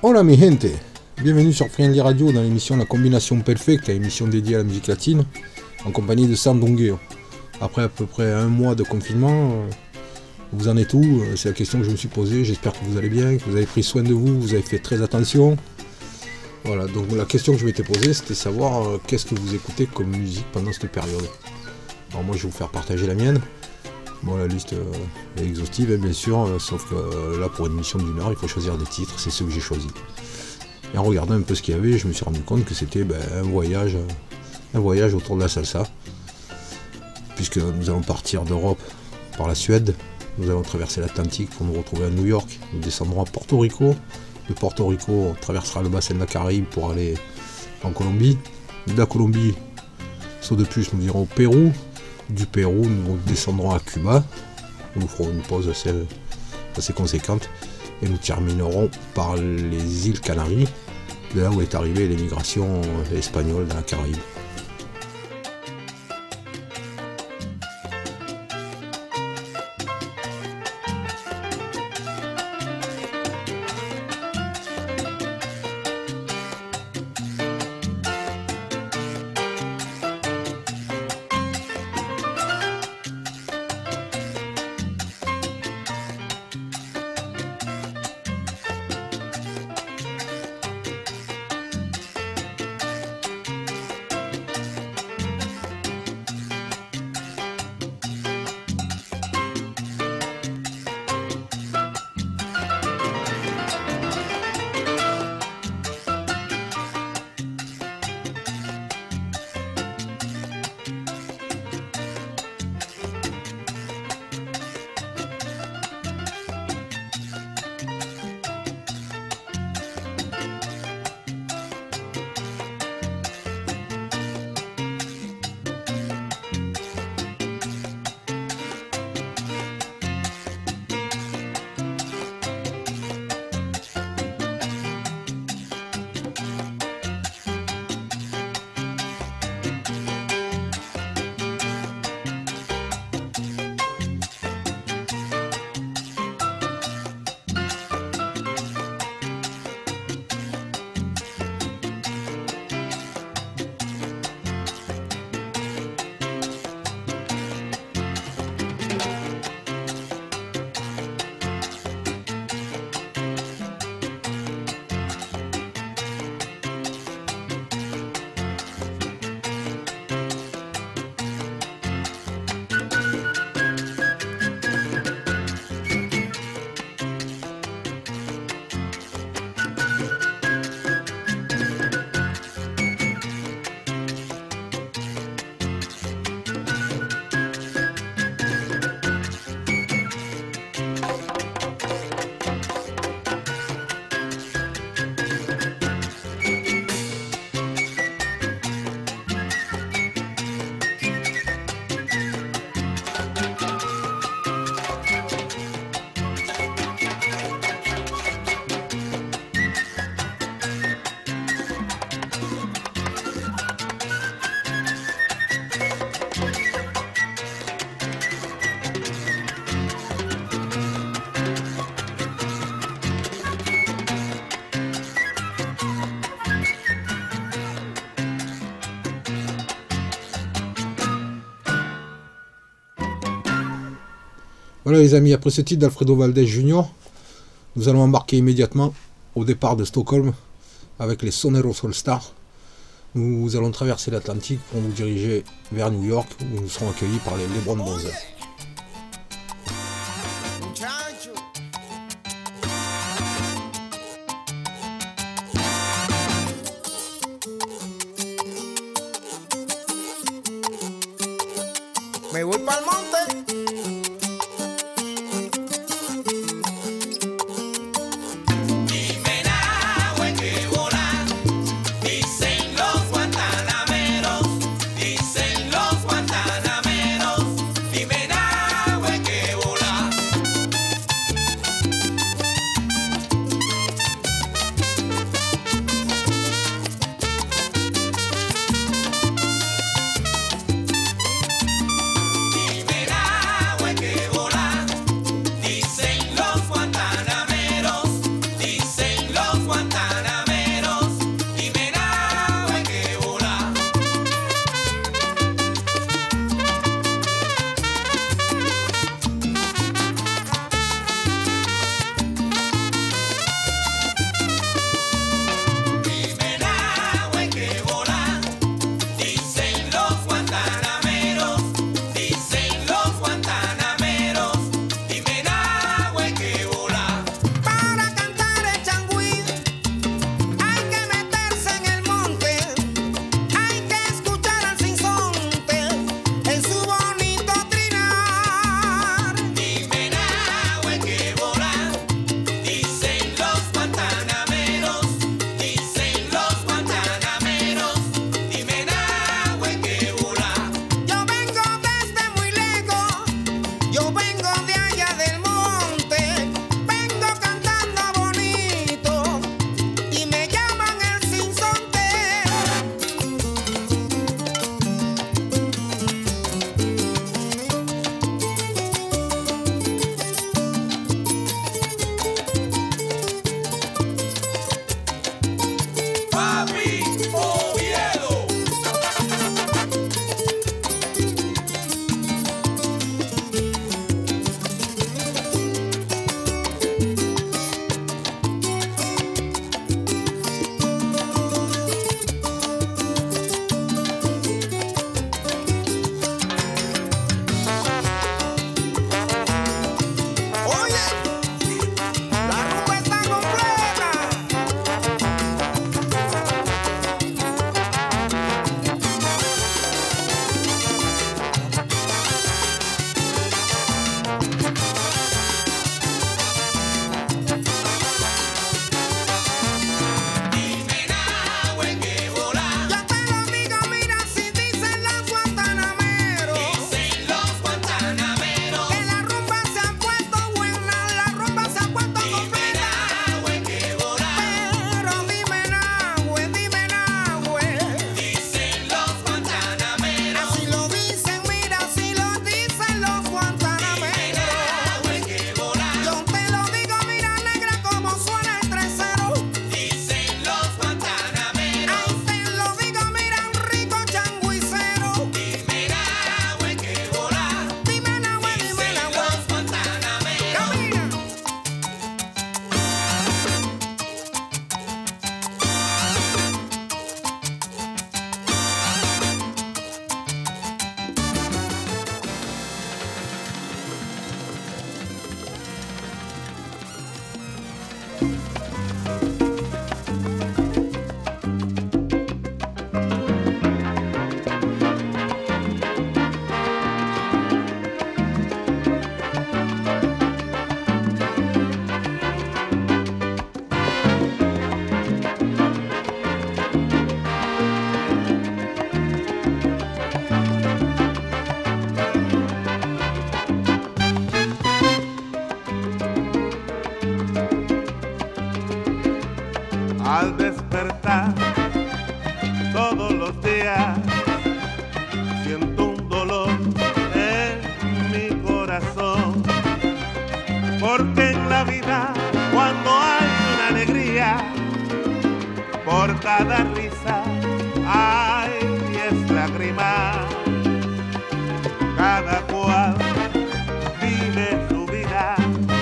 Hola mi gente, bienvenue sur Friendly Radio dans l'émission La Combinación Perfecta, émission dédiée à la musique latine, en compagnie de Sandungueo. Après à peu près un mois de confinement, vous en êtes où? C'est la question que je me suis posée, j'espère que vous allez bien, que vous avez pris soin de vous, vous avez fait très attention. Voilà, donc la question que je m'étais posée, c'était savoir qu'est-ce que vous écoutez comme musique pendant cette période. Alors moi je vais vous faire partager la mienne. Bon, la liste est exhaustive, bien sûr, sauf que là, pour une émission d'une heure, il faut choisir des titres, c'est ceux que j'ai choisis. Et en regardant un peu ce qu'il y avait, je me suis rendu compte que c'était un voyage autour de la salsa, puisque nous allons partir d'Europe par la Suède, nous allons traverser l'Atlantique pour nous retrouver à New York, nous descendrons à Porto Rico, de Porto Rico, on traversera le bassin de la Caraïbe pour aller en Colombie, de la Colombie, saut de plus, nous irons au Pérou. Du Pérou, nous descendrons à Cuba, nous ferons une pause assez conséquente et nous terminerons par les îles Canaries, de là où est arrivée l'émigration espagnole dans la Caraïbe. Voilà les amis, après ce titre d'Alfredo Valdés Jr., nous allons embarquer immédiatement au départ de Stockholm avec les Soneros All Stars. Nous allons traverser l'Atlantique pour nous diriger vers New York où nous serons accueillis par les Lebron Brothers. Me voy pa'l monte. Dicen los guantanameros, dime al despertar todos los días siento un dolor en mi corazón, porque en la vida cuando hay una alegría, por cada risa hay 10 lágrimas. Cada cual vive su vida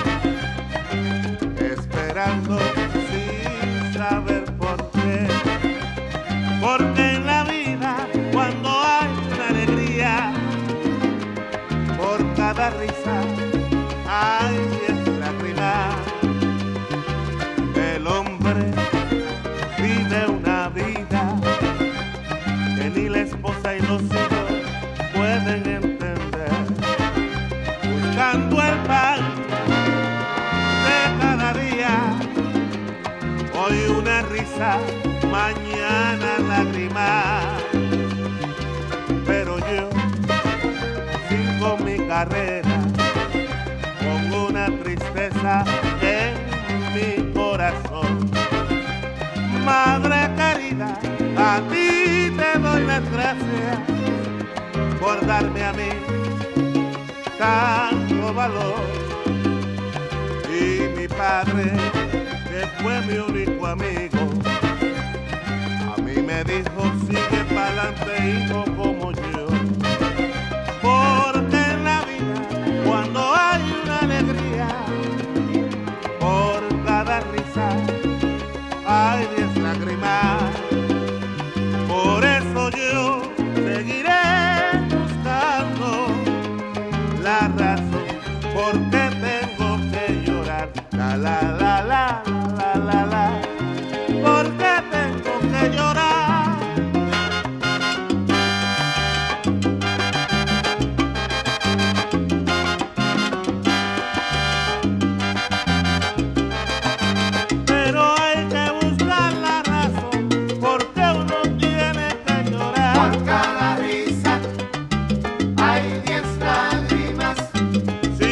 esperando sin saber por qué, porque en la vida cuando hay una alegría, por cada risa hay 10 lágrimas. El hombre vive una vida que ni la esposa y los hijos pueden entender, buscando el pan de cada día, hoy una risa, mañana lágrimas. Pero yo sigo mi carrera con una tristeza en mi corazón. Madre querida, a ti te doy las gracias por darme a mí tanto valor. Y mi padre, que fue mi único amigo, a mí me dijo, sigue pa'lante, hijo, como yo. Porque en la vida, cuando hay una alegría, por cada risa hay 10 lágrimas. Por eso yo seguiré buscando la razón, porque tengo que llorar. La la la la la la la, porque tengo que llorar. Pero hay que buscar la razón, porque uno tiene que llorar. Por cada risa hay 10 lágrimas. Si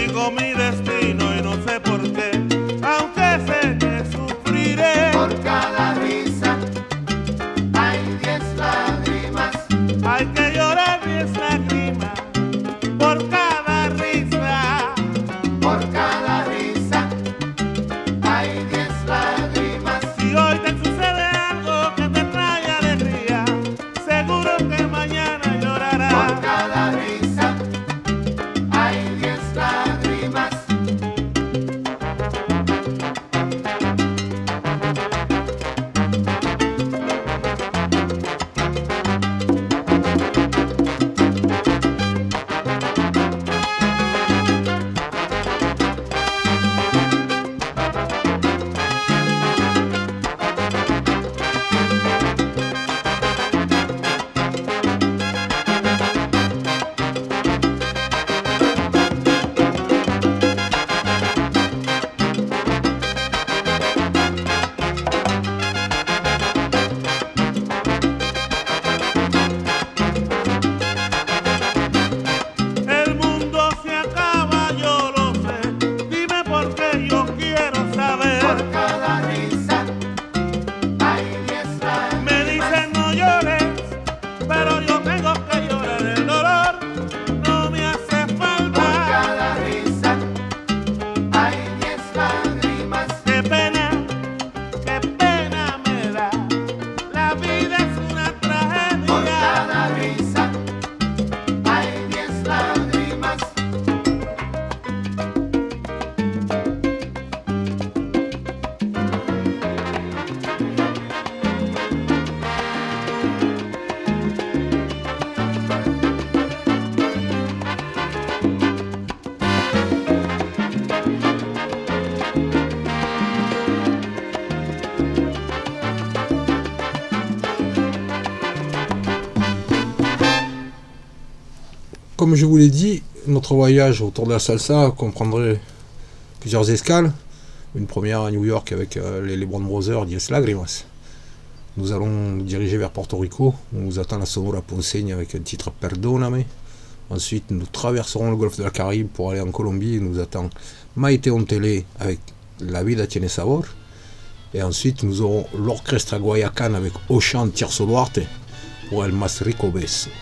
comme je vous l'ai dit, notre voyage autour de la salsa comprendrait plusieurs escales. Une première à New York avec les Lebron Brothers, Diez Lágrimas. Nous allons nous diriger vers Porto Rico, où nous attend la Sonora Ponceña avec un titre Perdóname. Ensuite, nous traverserons le golfe de la Caraïbe pour aller en Colombie, où nous attend Maite Ontele avec La Vida Tiene Sabor. Et ensuite, nous aurons l'Orchestra Guayacán avec Ocean Tirso Duarte pour El Más Rico Beso.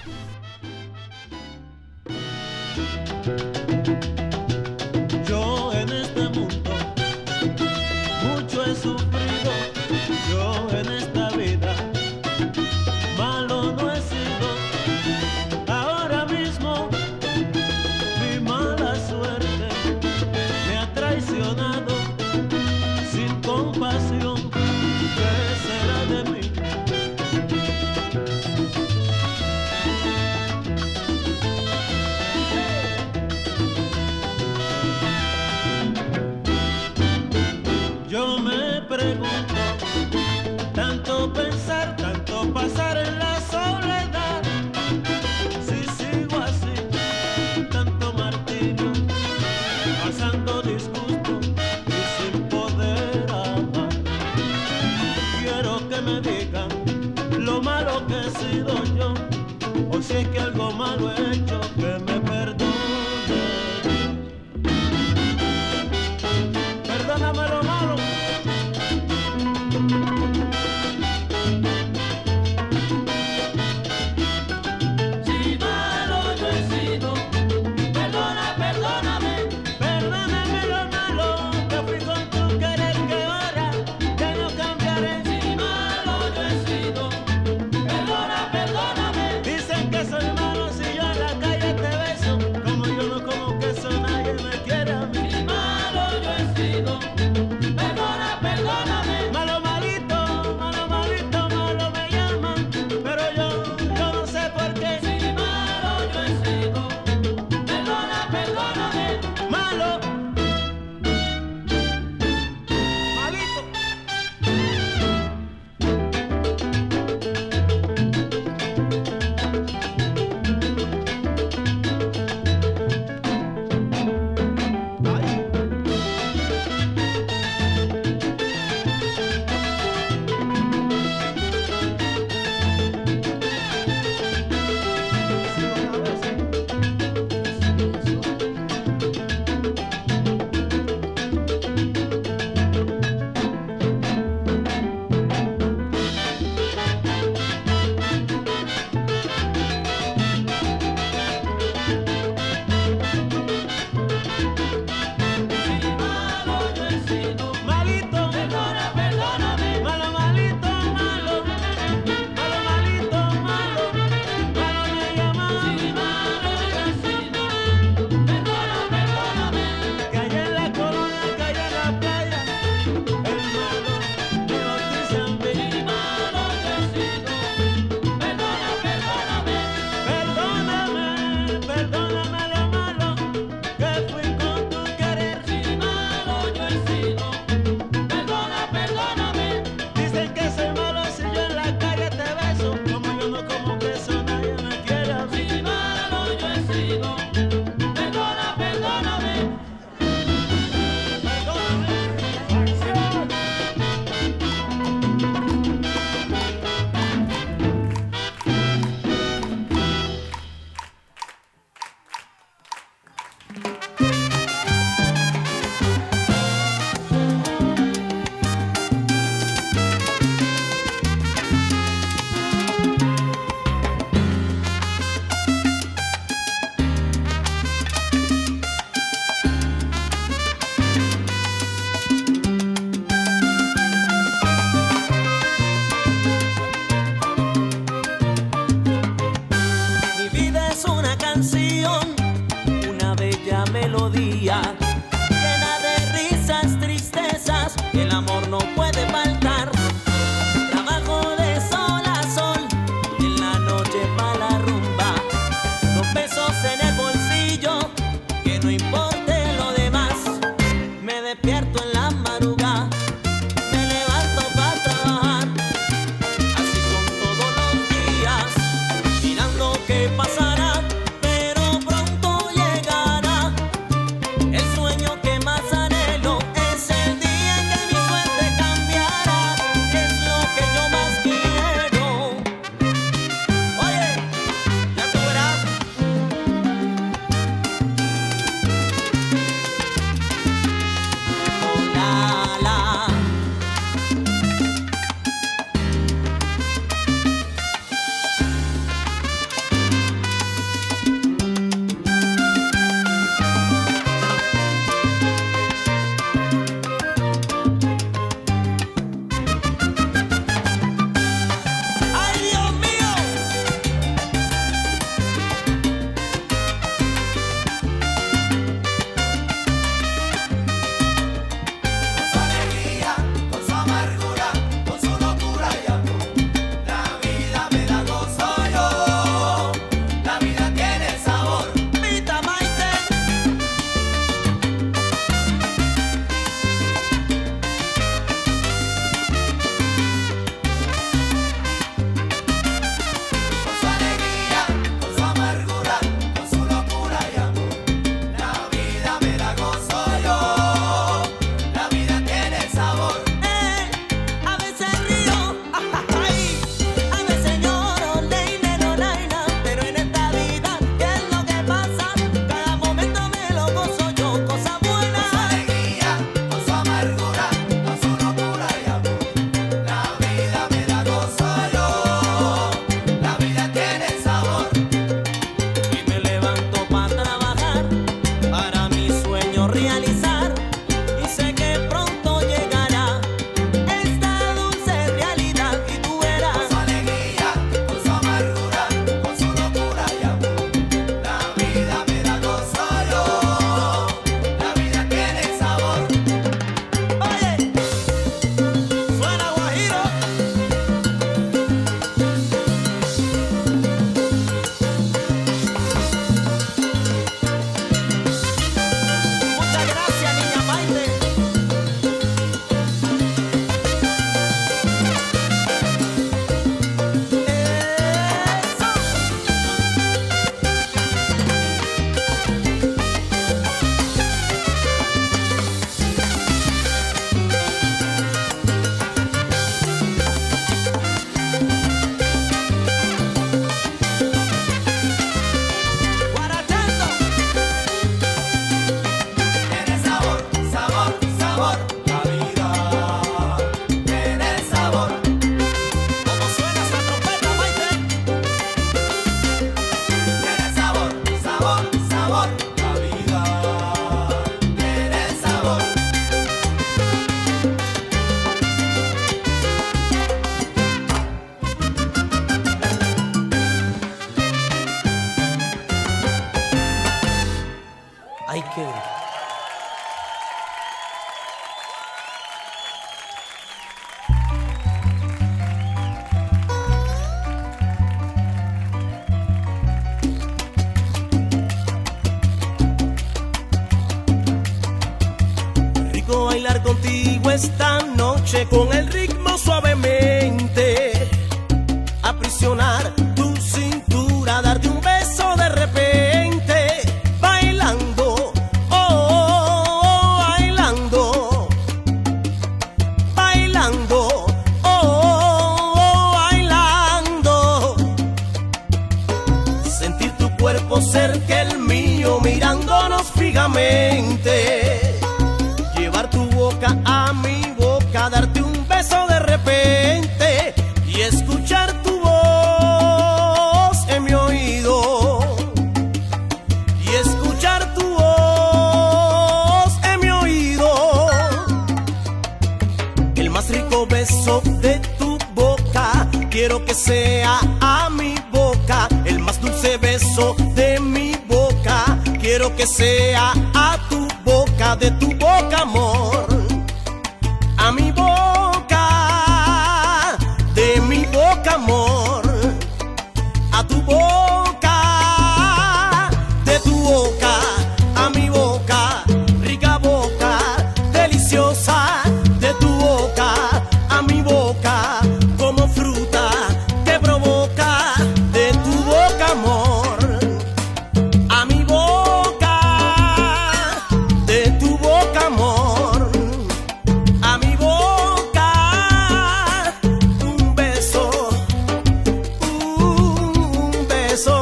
Si es que algo malo he hecho, que me perdone. Perdóname lo malo. Si malo yo he sido, perdóname. Perdóname lo malo, que fui con tu querer, que ahora ya no cambiaré. Si malo yo he sido, perdóname. Dicen que soy malo si yo en la calle te beso. Como yo no como queso, nadie me quiere a mí. Si malo yo he sido, perdóname. Malo malito, malo me llaman. Pero yo no sé por qué. Si malo yo he sido, perdóname. Malo, malito. Malito, perdóname. Malo malito, malo me llama. Si malo yo he sido, perdóname. Calle en la colonia, calle en la playa, el malo me bautiza en mí. Si malo yo he sido, perdóname lo malo, que fui con tu querer. Si malo yo he sido, perdóname. Dicen que soy malo si yo en la calle te beso. Como yo no como queso, nadie me quiere a mí. Si malo yo he sido, perdóname. Mi vida es una canción, una bella melodía, llena de risas, tristezas, el amor no puede faltar. Trabajo de sol a sol, en la noche pa' la rumba, los pesos en el bolsillo, que no importe lo demás. Me despierto en la madrugada, me levanto para trabajar. Así son todos los días, mirando qué pasará, pero realizar y sé que pronto llegará esta dulce realidad y tú verás. Con su alegría, con su amargura, con su locura y amor, la vida me da gozo yo, la vida tiene sabor. Oye, suena guajiro. Muchas gracias, niña Maite. Eso. Guarachando. Tiene sabor, sabor, sabor, la vida tiene sabor. ¿Cómo suena esa trompeta, Maite? Tiene sabor, sabor, sabor, la vida tiene sabor. Ay, qué bien. Rico bailar contigo esta noche con el ritmo suavemente, aprisionar tu cintura, darte un beso de repente, bailando, oh, oh, bailando, bailando, oh, oh, bailando, sentir tu cuerpo cerca el mío, mirándonos fijamente. Llevar tu boca a mi boca, darte un beso de repente y escuchar tu voz en mi oído. Y escuchar tu voz en mi oído. El más rico beso de tu boca, quiero que sea a mi boca. El más dulce beso de mi boca, quiero que sea a tu boca, de tu boca, amor. A mi boca, de mi boca, amor. A tu boca, de tu boca, a mi boca, rica boca, deliciosa, de tu boca, a mi boca, como fruta que provoca, de tu boca, amor. A mi boca, de tu boca, amor. A mi boca, un beso, un beso.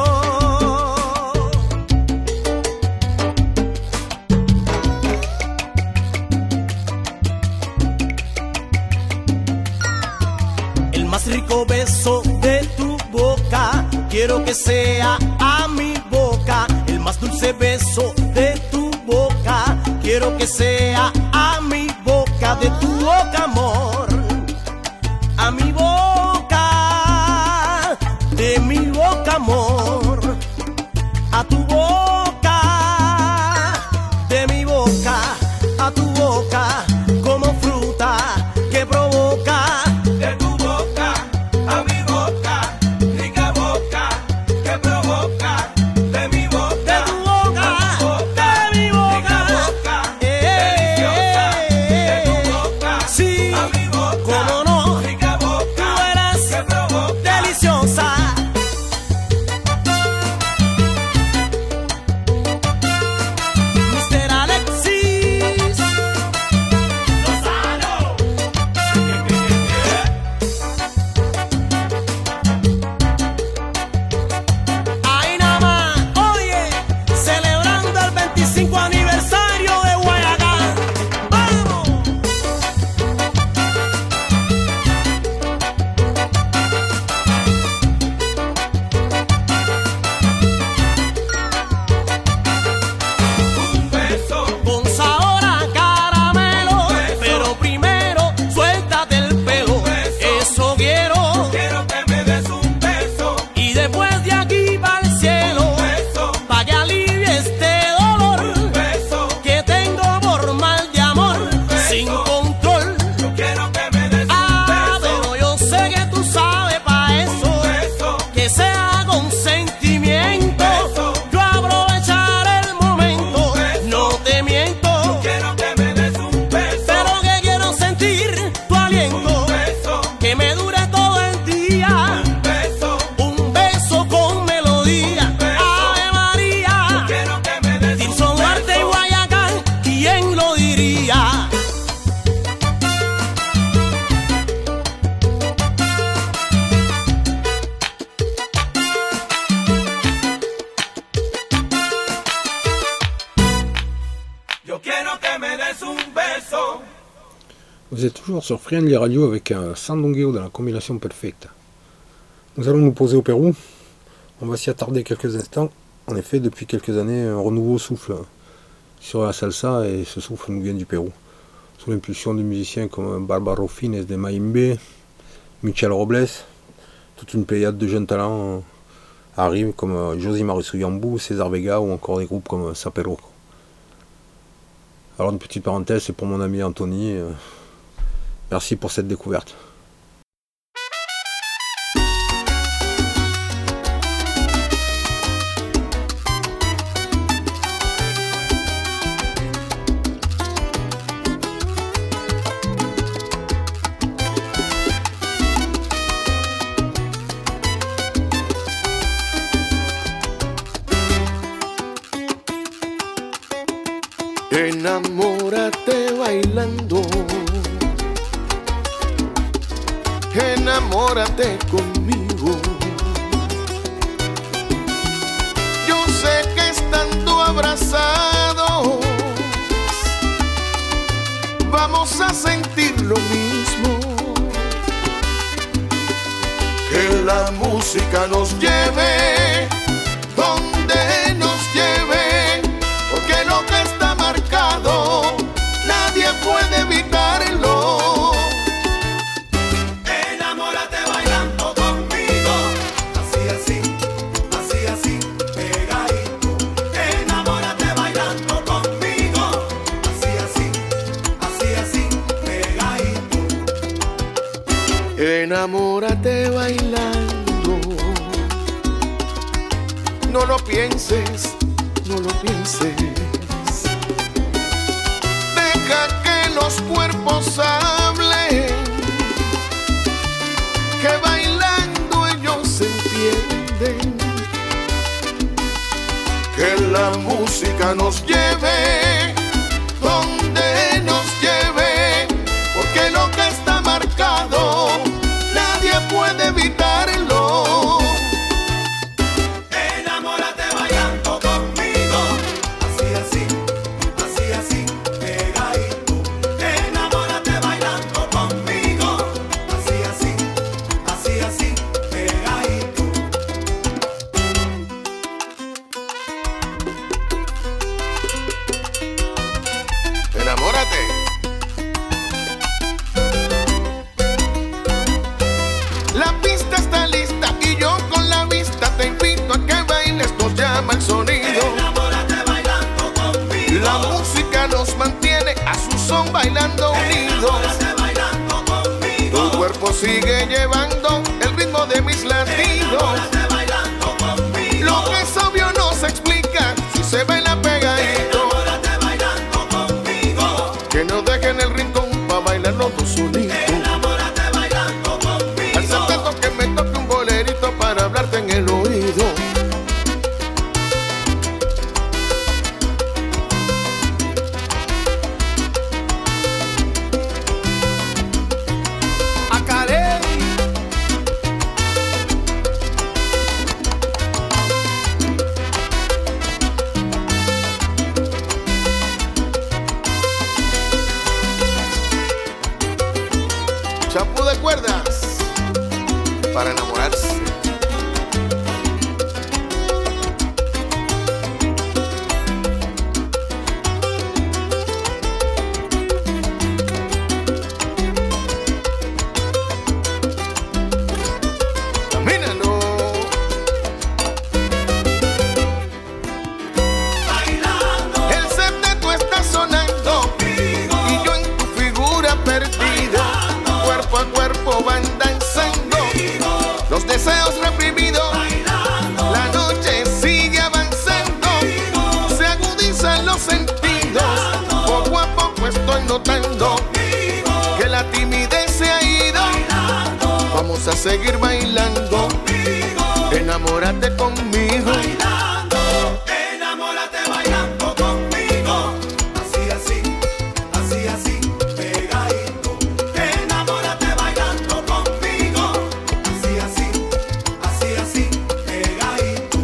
El más rico beso de tu boca, quiero que sea a mi boca. El más dulce beso de tu boca, quiero que sea a mi boca, de tu boca, amor. A mi boca, de mi boca, amor. A tu boca, de mi boca, a tu boca, como fruta que provoca. De tu boca a mi boca, rica boca que provoca. De mi boca, De tu boca, de mi boca, rica boca, deliciosa. De tu boca sí, a mi boca, cómo no, rica boca tú eres que provoca. deliciosa. Mr. Alexis. que me des un beso. Vous êtes toujours sur Friendly Radio avec un Sandungueo dans la combinaison perfecta. Nous allons nous poser au Pérou. On va s'y attarder quelques instants. En effet, depuis quelques années, un renouveau souffle sur la salsa et ce souffle nous vient du Pérou. Sous l'impulsion de musiciens comme Barbaro Fines de Maimbe, Michel Robles, toute une pléiade de jeunes talents arrive comme Josimar Suyambu, César Vega ou encore des groupes comme Sapero. Alors une petite parenthèse, c'est pour mon ami Anthony. Merci pour cette découverte. Enamórate bailando, enamórate conmigo. Yo sé que estando abrazados vamos a sentir lo mismo. Que la música nos lleve donde nos lleve, porque lo que está marcado nadie puede evitarlo. Enamórate bailando conmigo, así, así, así, así, pegadito. Enamórate bailando conmigo, así, así, así, así, pegadito. Enamórate bailando, no lo pienses, no lo pienses. Deja que los cuerpos hablen, que bailando ellos se entienden. Que la música nos lleve donde nos lleve, porque lo que está marcado nadie puede evitarlo. Enamórate bailando conmigo, así, así, así, así, pegadito. Enamórate bailando conmigo, así, así, así, así, pegadito. Enamórate. La pista está lista y yo con la vista te invito a que bailes, nos llama el sonido. Enamórate bailando conmigo, La música nos mantiene a su son bailando unidos. enamórate bailando conmigo, Tu cuerpo sigue llevando el ritmo de mis latidos. enamórate bailando conmigo, Lo que es obvio no se explica si se baila pegadito. enamórate bailando conmigo, Que no dejen el rincón pa' bailar los dos solitos. enamórate bailando Al conmigo. tanto que me toque un bolerito para hablarte en el oído. Acaré. Champú de cuerdas para enamorarse. Camínalo. Bailando El septeto está sonando y yo en tu figura perdido. Cuerpo a cuerpo van danzando los deseos reprimidos. La noche sigue avanzando, se agudizan los sentidos. Poco a poco estoy notando que la timidez se ha ido. Vamos a seguir bailando, enamórate conmigo. enamórate bailando conmigo, así, así, así, así, pegadito. Enamórate bailando conmigo, así, así, así, así, pegadito.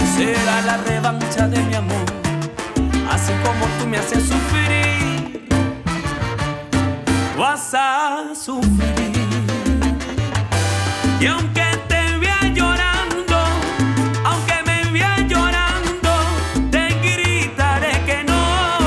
será la revancha de mi amor, así como tú me haces sufrir, vas a sufrir. Y aunque te vea llorando, aunque me vea llorando, te gritaré que no.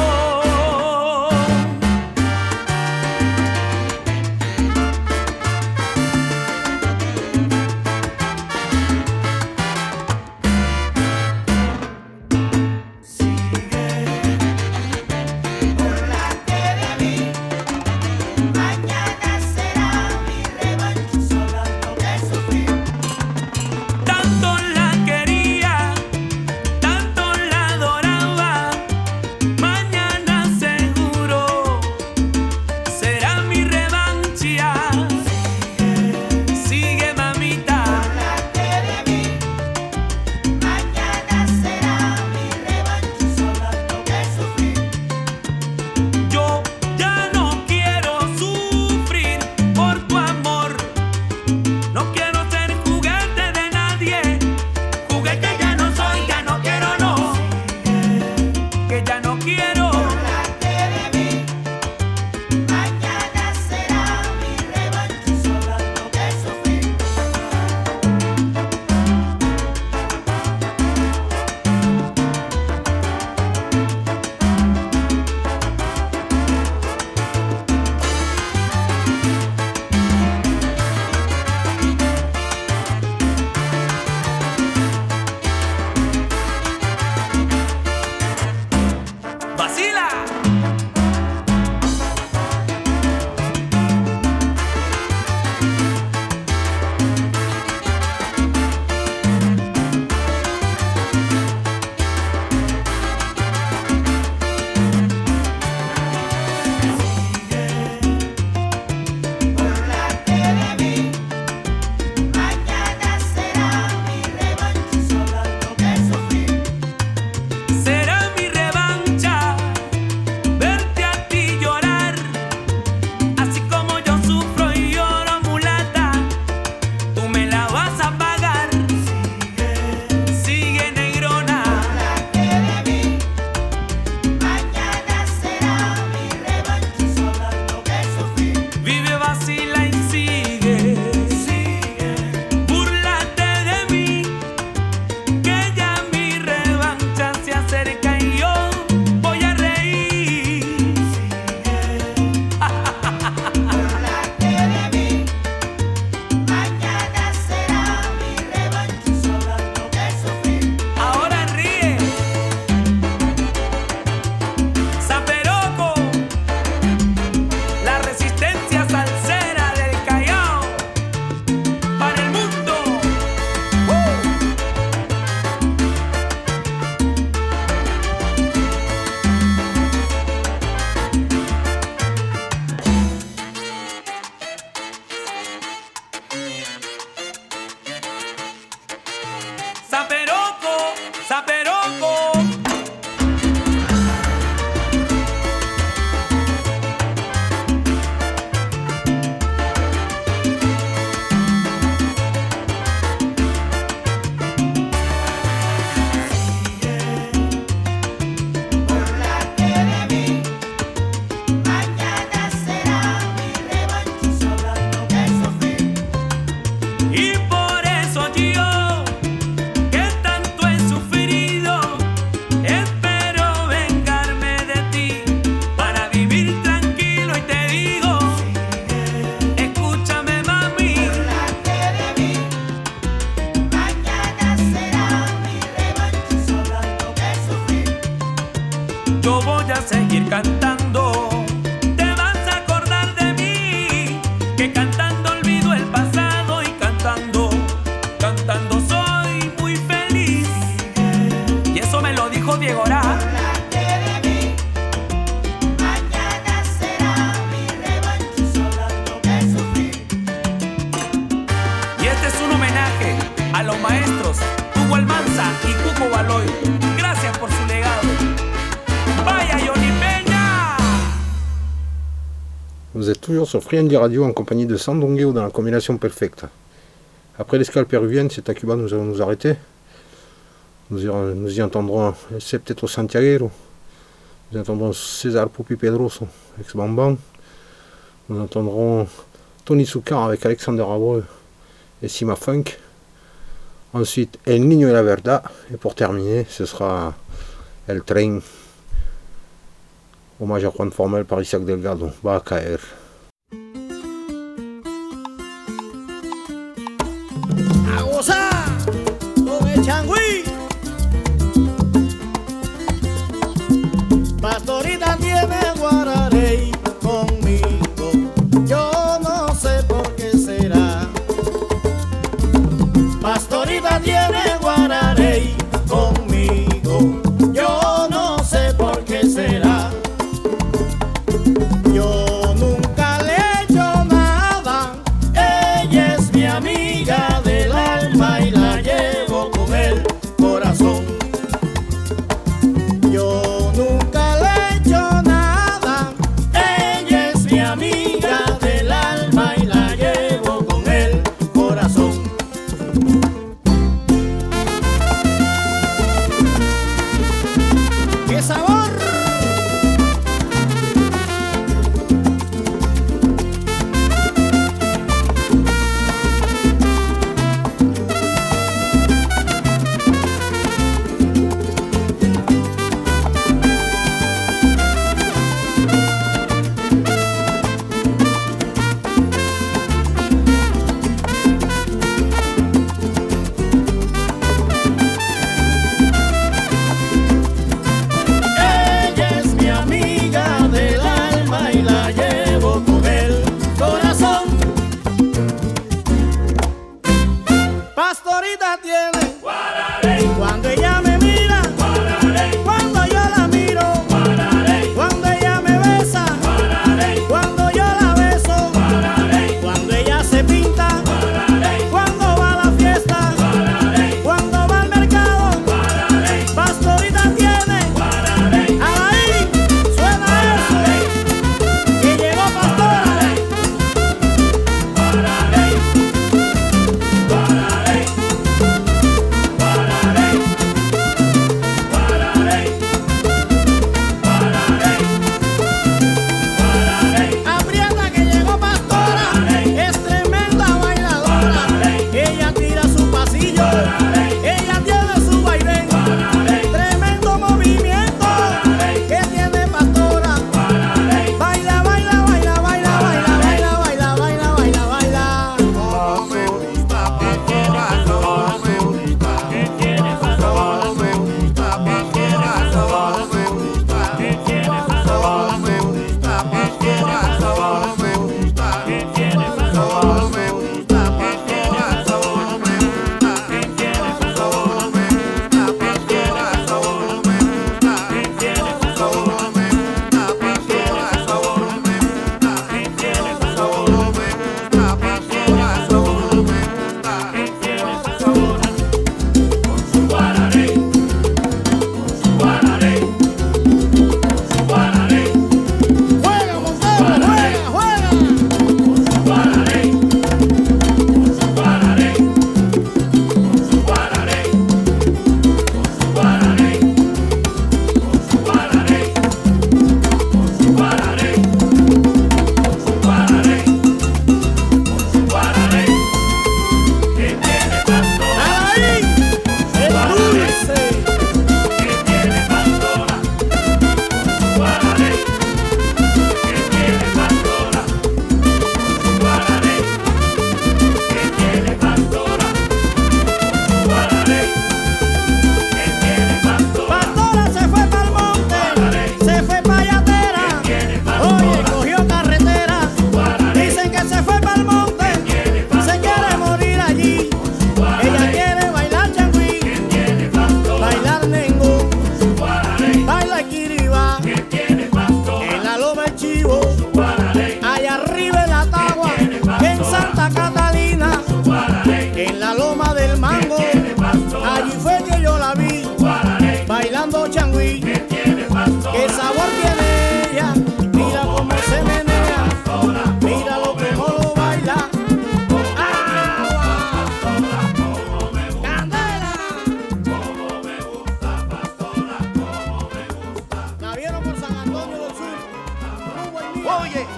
Vous êtes toujours sur Free Radio en compagnie de Sandungueo dans la combination perfecte. Après l'escale péruvienne, c'est à Cuba nous allons nous arrêter. Nous y entendrons, c'est peut-être au Santiaguero. Nous entendrons César Pupi Pedroso avec Bambam. Nous entendrons Tony Zucker avec Alexander Abreu et Sima Funk. Ensuite, El Niño y la Verdad. Et pour terminer, ce sera El Tren. Hommage à Juan Formel par Isaac Delgado. Va a caer. A gozar con el changüí. Pastorita tiene guararey conmigo, yo no sé por qué será. Pastorita tiene guararey conmigo, yo no sé por qué será. Yo nunca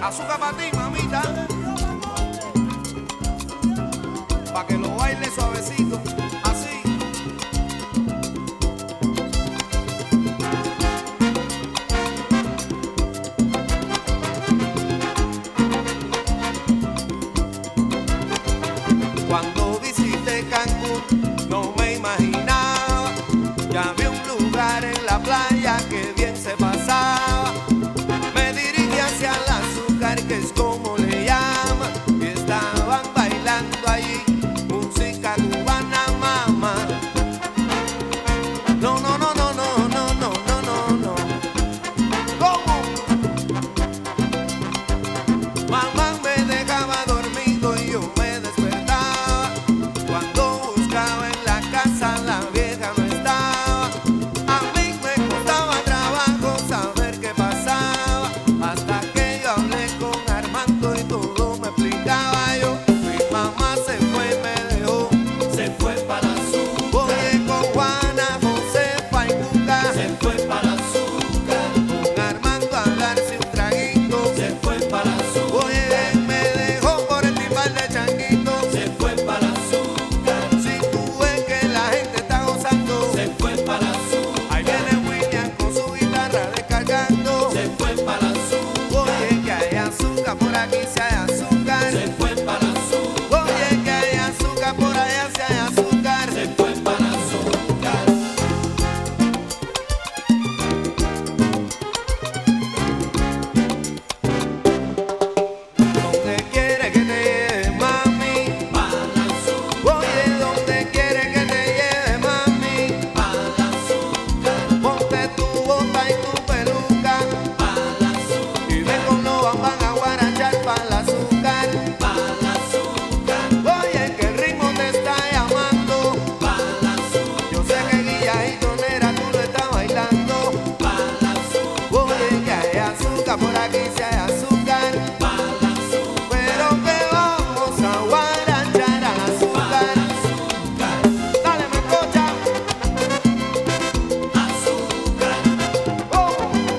Azúcar para ti, mamita. Pa' que lo baile suavecito, así. Cuando visité Cancún, no me imaginaba que había un lugar en la playa que bien se pasaba. Me dirigí hacia el Azúcar, que es como le llaman, y estaban bailando allí música cubana, mamá. No, no, no, no, no, no, no, no, no, no. ¿Cómo? Mamá me dejaba dormido y yo me despertaba. Cuando buscaba en la casa, la vieja no estaba. A mí me costaba trabajo saber qué pasaba, hasta que yo hablé con Armando y todo me explicaba yo. Mi mamá se fue y me dejó, Se fue para el azúcar, oye, con Juana, Josefa y Cuca, se fue para el azúcar, con Armando a darse un traguito. se fue para el azúcar, Oye, me dejó por el timbal de Changuito. se fue para el azúcar, Si tú ves que la gente está gozando, se fue para el azúcar, ahí viene William con su guitarra descargando. se fue para el azúcar, Oye, que hay azúcar por aquí, si hay azúcar. se fue para el azúcar, Oye, que hay azúcar por allá, si hay azúcar. se fue para el azúcar. Donde quiere que te lleve, mami. Para el azúcar, Oye, donde quiere que te lleve, mami. para el azúcar, Ponte tu bota y tu peluca para el azúcar, y ven con los van a guarachar para el azúcar. para el azúcar, Oye, que el ritmo te está llamando. para el azúcar, Yo sé que Guilla y Tonera tú lo estás bailando. para el azúcar, Oye, que hay azúcar por aquí, si hay azúcar. para el azúcar, Pero que vamos a guarachar al azúcar. Dale, me escucha. azúcar, Oh.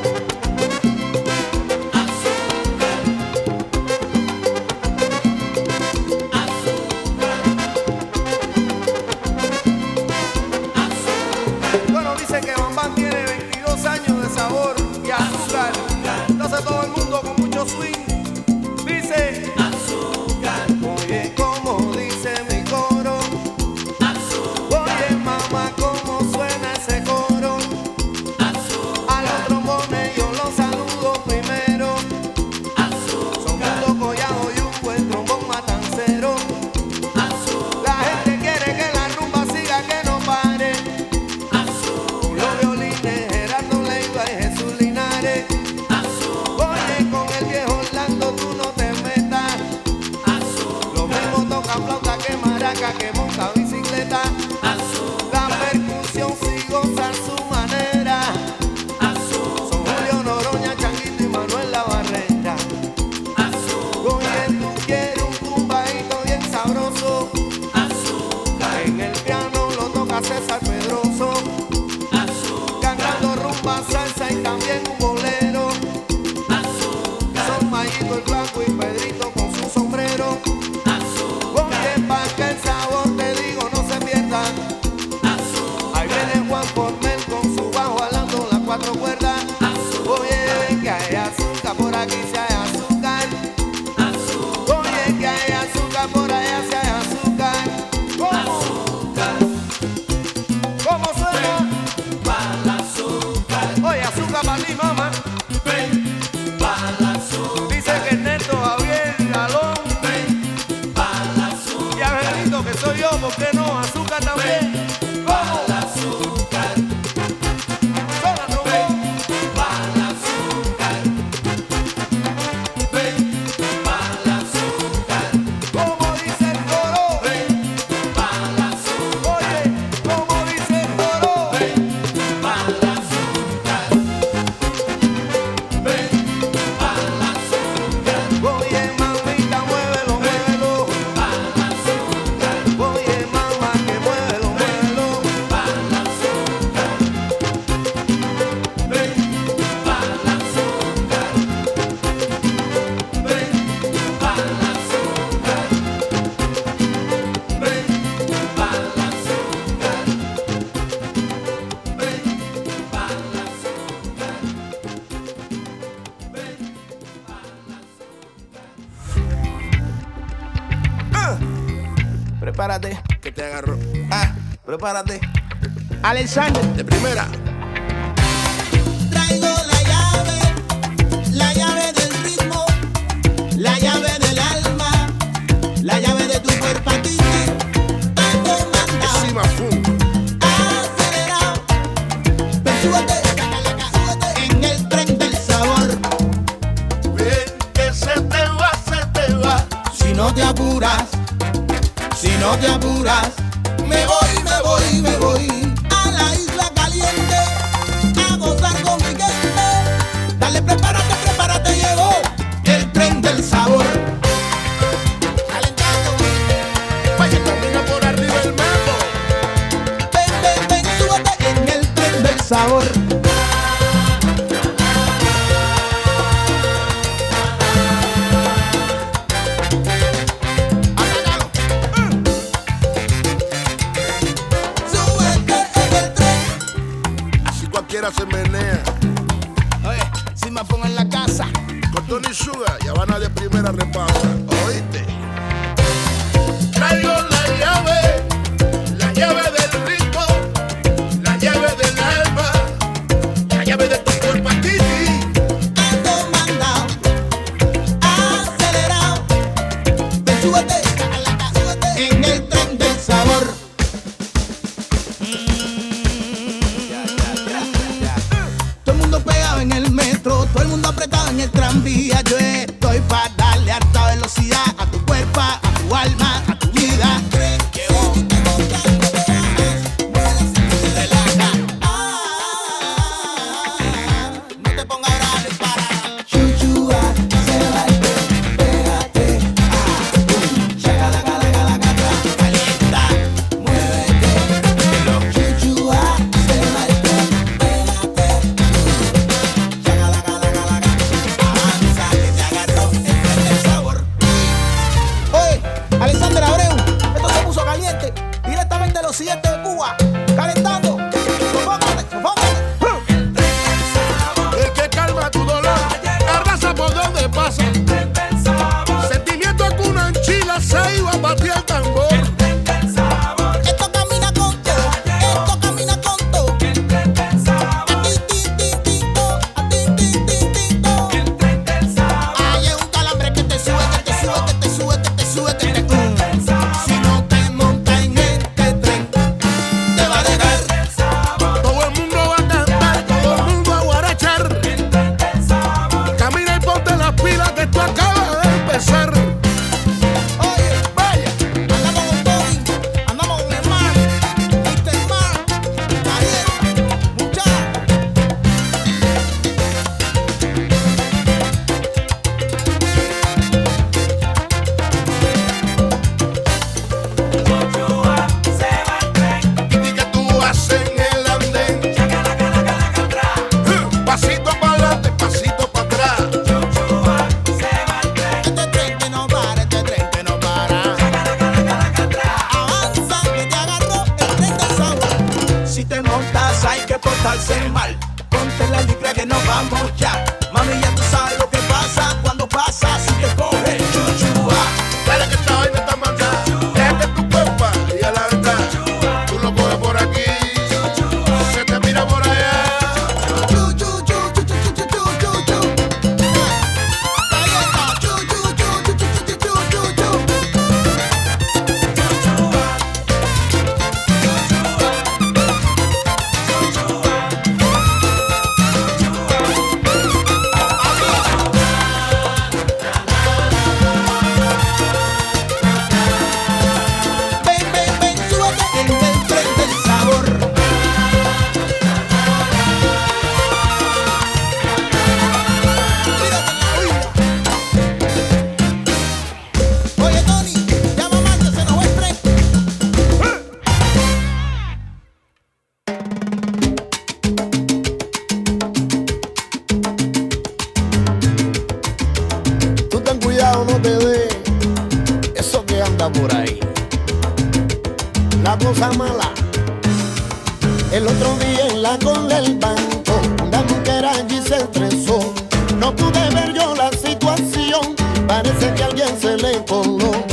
Bueno, dice que Bambán tiene 22 años de sabor y azúcar. Entonces todo el mundo con mucho swing. Dice, azúcar, oye, como dice mi coro. azúcar, Oye, mamá, cómo suena ese coro. A los trombones yo los saludo primero. Son Mundo Collado y un buen trombón matancero. La gente quiere que la rumba siga, que no pare. Con los violines, Gerardo Leiva y Jesús Linares. Oye, con el viejo Orlando tú no te metas. Los mismos tocan flauta que maraca, que monta bicicleta. La percusión sí goza su manera. Son Julio Noroña, Changuito y Manuel La Barrera. Oye, tú quieres un tumbadito bien sabroso. En el piano lo toca César Pedroso. Cantando rumba, salsa y también un bolero. Son Mayito el Blanco y Pedrito con su sombrero. Oye, pa' que el sabor, te digo, no se pierda. Ahí viene Juan Formel con su bajo alando las 4 cuerdas. Oye, que hay azúcar por aquí, si hay azúcar. Oye, que hay azúcar por allá, si hay azúcar. ¿Cómo? ¿Cómo suena? para el azúcar, Oye, azúcar para ti, mamá. ven, para el azúcar, Dice que Ernesto, Javier, Galón para el azúcar, y Angelito, que soy yo, ¿por qué no? Azúcar también. ¿Cómo? azúcar, prepárate. Que te agarró. Prepárate. Alexander. De primera. Traigo la llave del ritmo, la llave del alma, la llave de tu cuerpo a ti. Tengo mandado, Encima, fum. acelerado. Ven, súbete en el tren del sabor. Ven que se te va. Si no te apuras, me voy a la isla caliente a gozar con mi gente. Dale, prepárate, llegó el tren del sabor. Calentando, Vaya, camina por arriba el mambo. ven, súbete en el tren del sabor. Cualquiera se menea. Oye, si me pongo en la casa, Con Tony Sugar y Habana de primera repasa. ¿Oíste? Traigo la llave del ritmo, la llave del alma, la llave de tu cuerpo a ti. ando mandado, acelerado. Ven, súbete en el tren del sabor. Todo el mundo pegado en el metro, todo el mundo apretado en el tranvía. Yo estoy para darle alta velocidad a tu cuerpo, a tu alma, a tu vida. No te pongas bravo para chuchua, se va el tren, pégate, calienta, muévete, chuchua, se va el tren, pégate, avanza que te agarró el tren del sabor. Oye, Alexander Abreu, esto se puso caliente, directamente de los 7 de Cuba, calentando, sofócate. El que calma tu dolor, arrasa por donde pasa. Sentimiento que una anchila se iba a batir el tambor. Esto camina con todo, A ti, Ay, es un calambre que te sube. Si no te montas en este tren, te va a dejar. Todo el mundo va a cantar, todo el mundo a guarachar. Camina y ponte las pilas que esto acaba de empezar. Oye, vaya, andamos con Tony, andamos con el mar, Mr. Mar, Mariel, muchachos. Y que tú haces en el andén. Pasito para adelante, pasito para atrás. Este tren que no para. Avanza que te agarró el tren del sabor. Si te montas hay que portarse mal. Ponte la licra que nos vamos ya. Mami, ya tú sabes lo que pasa cuando pasa. Si te coge chuchua. Dale que esta vaina está mandada. Deja que tu cuerpo y a la verdad. Tú lo coges por aquí, se te mira por allá. Ven, súbete en el tren del sabor. Oye, Tony, llama más que se nos va el tren. Tú ten cuidado, no te dé eso que anda por ahí. La cosa mala. El otro día en la cola del banco, una mujer allí se estresó. No pude ver yo la situación, parece que alguien se le coló.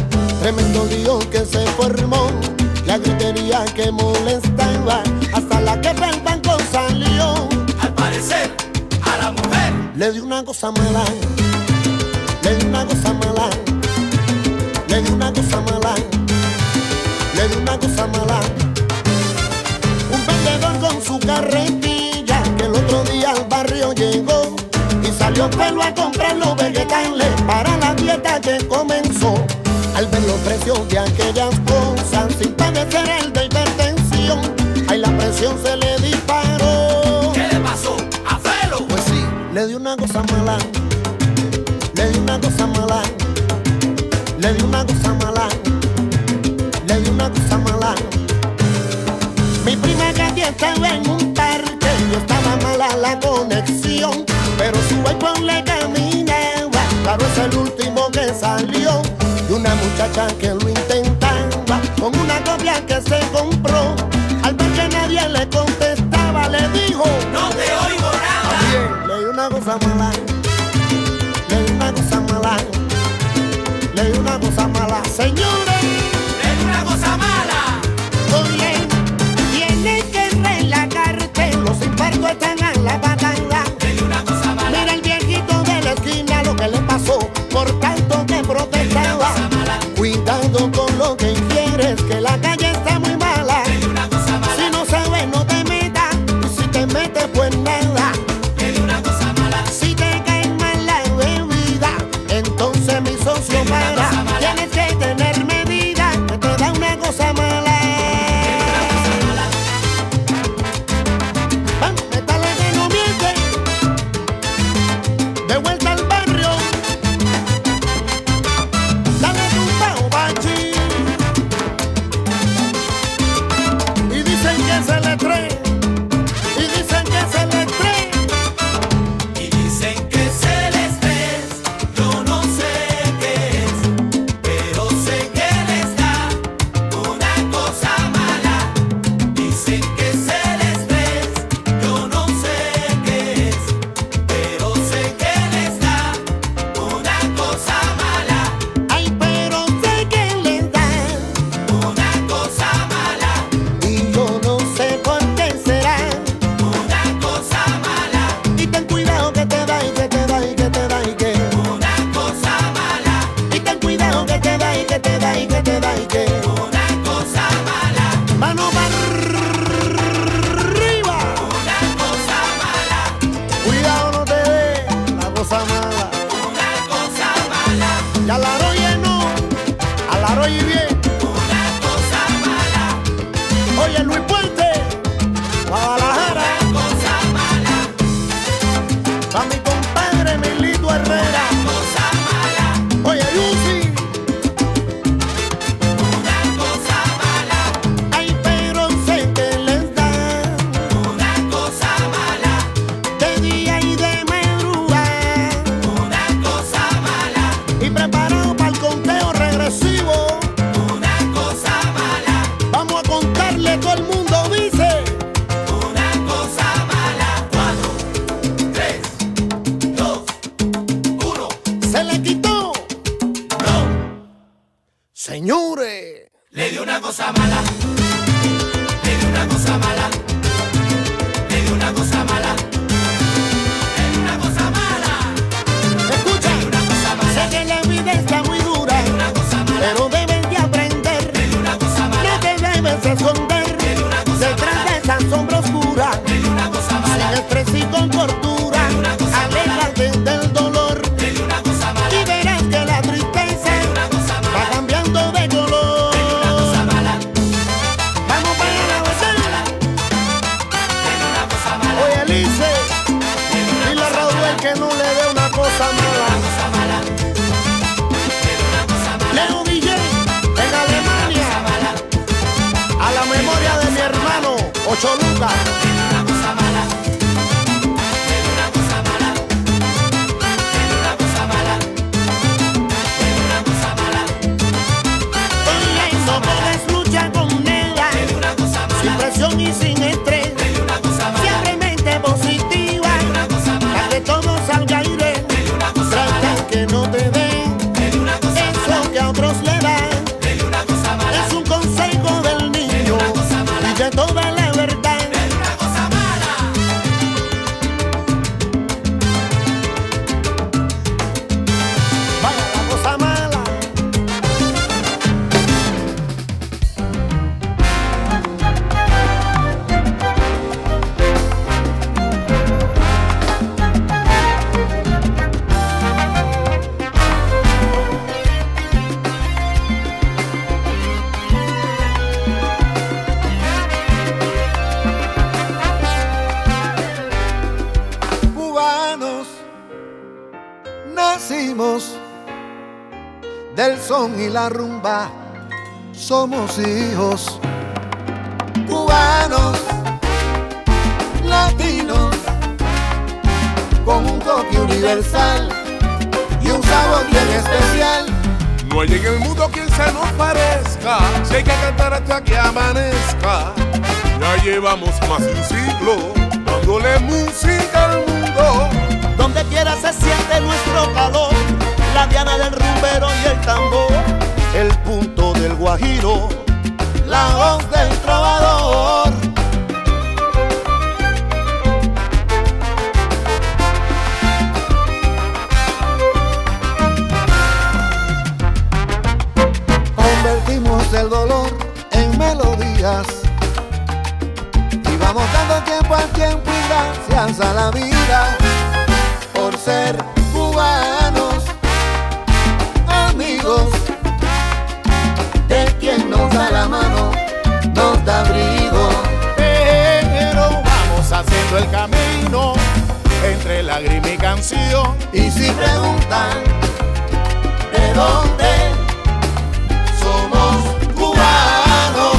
Tremendo lío que se formó, la gritería que molestaba, hasta la que del banco salió. Al parecer, a la mujer le dio una cosa mala, le dio una cosa mala, le dio una cosa mala, le dio una cosa mala. Un vendedor con su carretilla que el otro día al barrio llegó y salió pelo a comprar los vegetales para la dieta que comenzó. Al ver los precios de aquellas cosas, sin padecer el de hipertensión, ahí la presión se le disparó. ¿Qué le pasó a Felo? Pues sí, le dio una cosa mala, le dio una cosa mala, le dio una cosa mala, le dio una cosa mala. Mi prima Katy estaba en un parque, yo estaba mala la conexión, pero su iPhone le caminaba, claro es el último que salió. Y una muchacha que lo intentaba con una copia que se compró, al ver que nadie le contestaba le dijo: No te oigo nada. también le dio una cosa mala, le dio una cosa mala, le dio una cosa mala. Señores, Le dio una cosa mala. oye, tiene que relajarte, los infartos están a la batalla. Le dio una cosa mala. Mira el viejito de la esquina lo que le pasó por tanto que protestaba. Cuidado con lo que quieres, que la calle está muy mala. Le dio una cosa mala. Si no sabes no te metas, y si te metes pues nada. Le dio una cosa mala. Si te cae mal la bebida, entonces mi socio para. Tienes que tener medida, que te da una cosa mala. Vamos, métale que no miente. De vuelta al barrio. Dale tu pao, bachi. Y dicen que se le trae. Y dicen que se le trae. Y dicen que es el estrés. Yo no sé qué es, pero sé que les da una cosa mala. Dicen que es el estrés. Yo no sé qué es, pero sé que les da una cosa mala. Ay, pero sé que les da. Una cosa mala. Y yo no sé por qué será. Una cosa mala. Y ten cuidado que te da y que te da y que te da y que. Una cosa mala. Y ten cuidado que te da y que te da y que te da y que. Una cosa mala. Mano para arriba. Una cosa mala. Cuidado no te dé la cosa mala. Una cosa mala. Ya la roye no. A la roye bien. Una cosa mala. Oye Luis Puente. Guadalajara. Cosa mala. A mi compadre Milito Herrera. Cosa mala. Oye Yusi. Una cosa mala. Ay, pero sé que les da. Una cosa mala. De día y de madrugada. Una cosa mala. Y preparado para el conteo regresivo. Una cosa mala. Vamos a contarle todo el mundo, dice. Una cosa mala. 4, 3, 2, 1. Se le quitó. No. Señores. Le dio una cosa mala. Le dio una cosa mala. Le dio una cosa mala. Le dio una cosa mala. Escucha. Le dio una cosa mala. Sé que la vida está muy dura, Una cosa mala. pero debes de aprender. Le dio una cosa No mala. te debes esconder Le dio una cosa detrás mala. de esa sombra oscura. Le dio una cosa Sin mala. estrés y con cordura. una cosa mala. Aléjate del dolor Le dio una cosa mala. y verás que la tristeza Una cosa va mala. cambiando de color. Una cosa mala. Vamos para la botella. Le dio una cosa mala. Oye, Alice, dile a Raúl que no le dé una cosa mala. Cosa mala. Le dio una cosa mala. Leo DJ en Alemania, Mala. a la memoria de mi hermano, 8 lucas. Le dio una cosa mala. Le dio una cosa mala. Le dio una cosa mala. Le dio una cosa mala. Oye, no puedes luchar con nada, Le dio una cosa mala. sin presión y sin estrés. Le dio una cosa mala. Siempre mente positiva, Una cosa mala. para que todo salga aire. Le dio una cosa mala. Trata que no te den Le dio una cosa eso que a otros le dan. Le nacimos del son y la rumba, somos hijos cubanos, latinos, con un toque universal y un sabor bien especial. No hay en el mundo quien se nos parezca, si hay que cantar hasta que amanezca. Ya llevamos más de un siglo dándole música al mundo. Donde quiera se siente nuestro calor, la diana del rumbero y el tambor, El punto del guajiro, la voz del trovador. Convertimos el dolor en melodías y vamos dando tiempo al tiempo y gracias a la vida por ser cubanos, amigos de quien nos da la mano, nos da abrigo. pero vamos haciendo el camino entre lágrima y canción. Y si preguntan de dónde somos cubanos,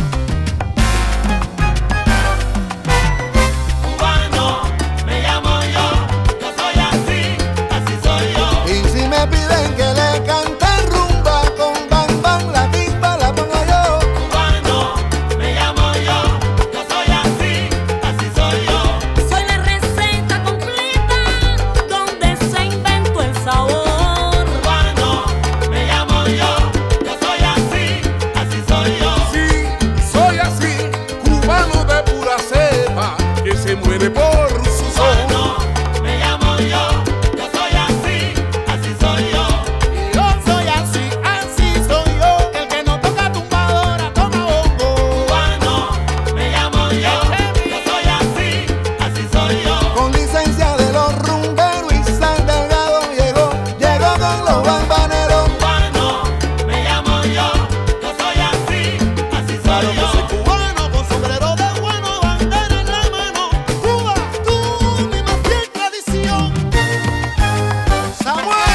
Cubano, me llamo yo soy así, así soy yo. y si me piden que le cante rumba con bam bam, la timba la pongo yo. Cubano, me llamo yo soy así, así soy yo. Soy la receta completa donde se inventó el sabor. Cubano, me llamo yo soy así, así soy yo. Sí, soy así, cubano de pura cepa, que se muere por su son. Cubano, me llamo yo soy así, así soy yo. Yo soy así, así soy yo, el que no toca tumbadora, toma bongo. Cubano, me llamo yo soy así, así soy yo. Con licencia de los rumberos y San Delgado llegó con los bambaneros. Cubano, me llamo yo soy así, así soy Yo yo. soy cubano con sombrero de bueno, bandera en la mano. Cuba, tú, mi más fiel tradición. Samuel.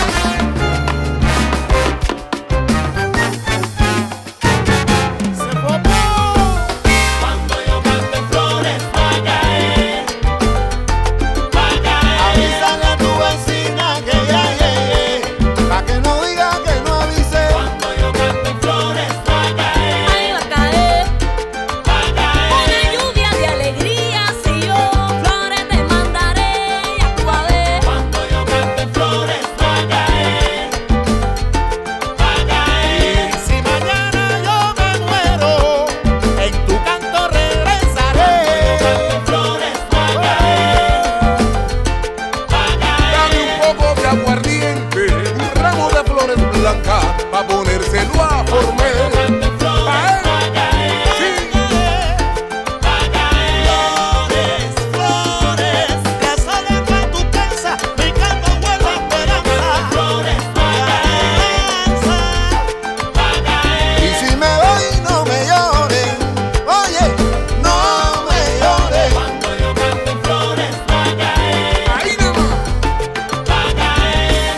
Se popó. Cuando yo cante flores va a caer, va a caer. Avísale a tu vecina que ya llegué, pa' que no diga que no avisé. Cuando yo cante flores va a caer, Ahí va a caer va a caer. una lluvia de alegría. Si yo flores te mandaré y a tu ver. Cuando yo cante flores va a caer, va a caer. Y si mañana yo me muero, en tu canto regresaré. Cante flores va a caer, va a caer. Dame un poco de aguardiente, un ramo de flores blancas, pa' ponérselo a formar. Cante flores va a caer, Sí, va a caer. Flores, flores, que salen de tu casa, mi canto vuelve a esperanza. Flores va a caer, va a caer. Y si me voy no me lloren, oye, no me lloren. Cuando yo cante flores va a caer, ahí nomás, va a caer.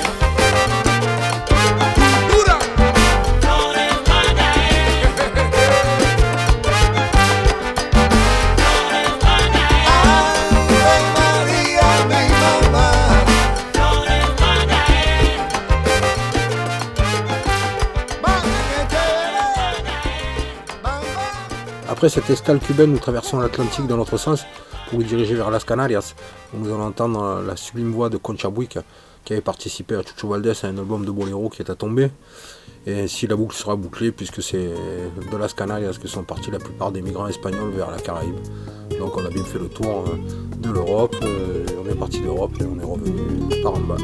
dura. Flores va a caer, flores va a caer. Ay, María, mi mamá. Flores va a caer, Après cette escale cubaine, nous traversons l'Atlantique dans l'autre sens pour nous diriger vers Las Canarias, où nous allons entendre la sublime voix de Concha Buick, qui avait participé à Chucho Valdés à un album de boléro qui est à tomber. Et ainsi la boucle sera bouclée puisque c'est de Las Canarias que sont partis la plupart des migrants espagnols vers la Caraïbe. Donc on a bien fait le tour de l'Europe, on est parti d'Europe et on est revenu par en bas.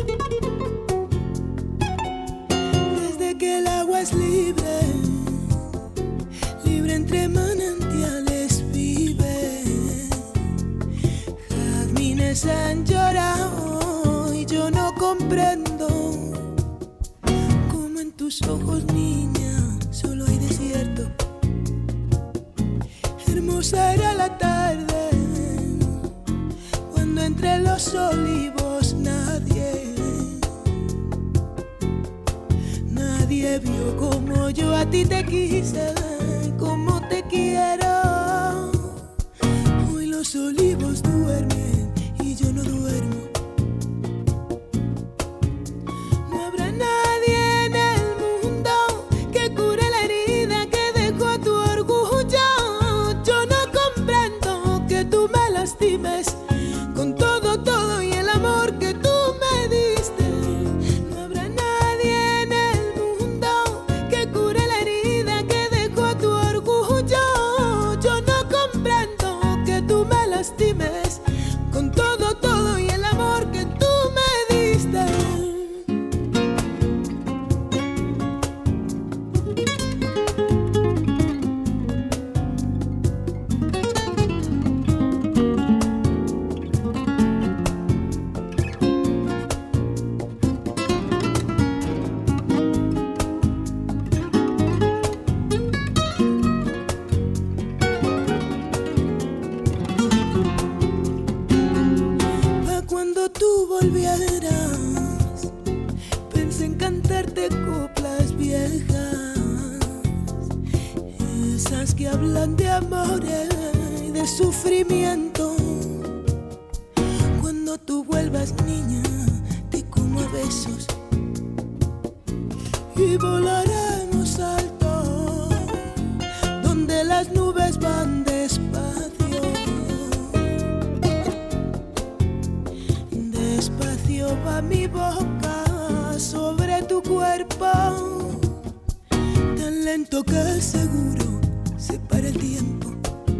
Desde que el agua es libre, libre entre manantiales vive. Jazmines han llorado y yo no comprendo cómo en tus ojos, niña, solo hay desierto. Hermosa era la tarde cuando entre los olivos nadie te vio como yo a ti te quise, como te quiero. Hoy los olivos duermen y yo no duermo. No habrá nadie en el mundo que cure la herida que dejó tu orgullo. Yo no comprendo que tú me lastimes con todo, todo y el amor que tú me diste. No habrá nadie en el mundo que cure la herida que dejó tu orgullo. Yo no comprendo que tú me lastimes con todo, todo y el amor que tú me diste. Pa' cuando tú volvieras, pensé en cantarte coplas viejas, esas que hablan de amores y de sufrimiento. Cuando tú vuelvas, niña, te como a besos y volaremos alto, donde las nubes van despacio. Despacio va mi boca sobre tu cuerpo, tan lento que seguro se para el tiempo.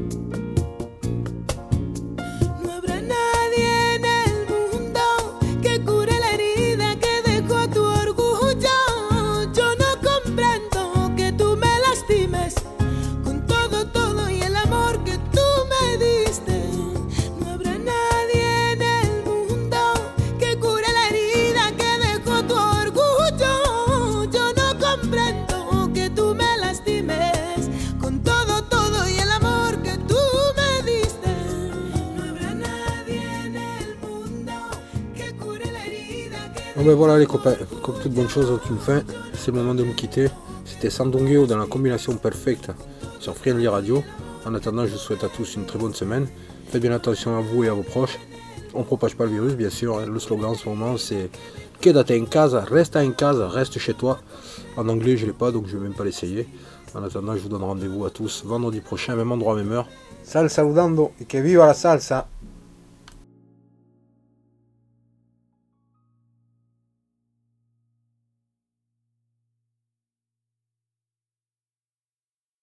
No habrá nadie en el mundo que cure la herida que dejó tu orgullo. Yo no comprendo que tú me lastimes con todo, todo y el amor que tú me diste. No habrá nadie en el mundo que cure la herida que dejó tu orgullo. Yo no comprendo que tú me lastimes con todo, todo y el amor que tú me diste. No habrá nadie en el mundo que cure la herida que Bon ben voilà les copains, comme toute bonne chose ont une fin, c'est le moment de nous quitter. C'était Sandungueo dans la combination perfecte sur Friendly Radio. En attendant, je vous souhaite à tous une très bonne semaine. Faites bien attention à vous et à vos proches. On ne propage pas le virus, bien sûr. Le slogan en ce moment, c'est Quédate en casa, resta en casa, reste chez toi. En anglais, je ne l'ai pas, donc je ne vais même pas l'essayer. En attendant, je vous donne rendez-vous à tous vendredi prochain, même endroit, même heure. Salsa udando et que viva la salsa!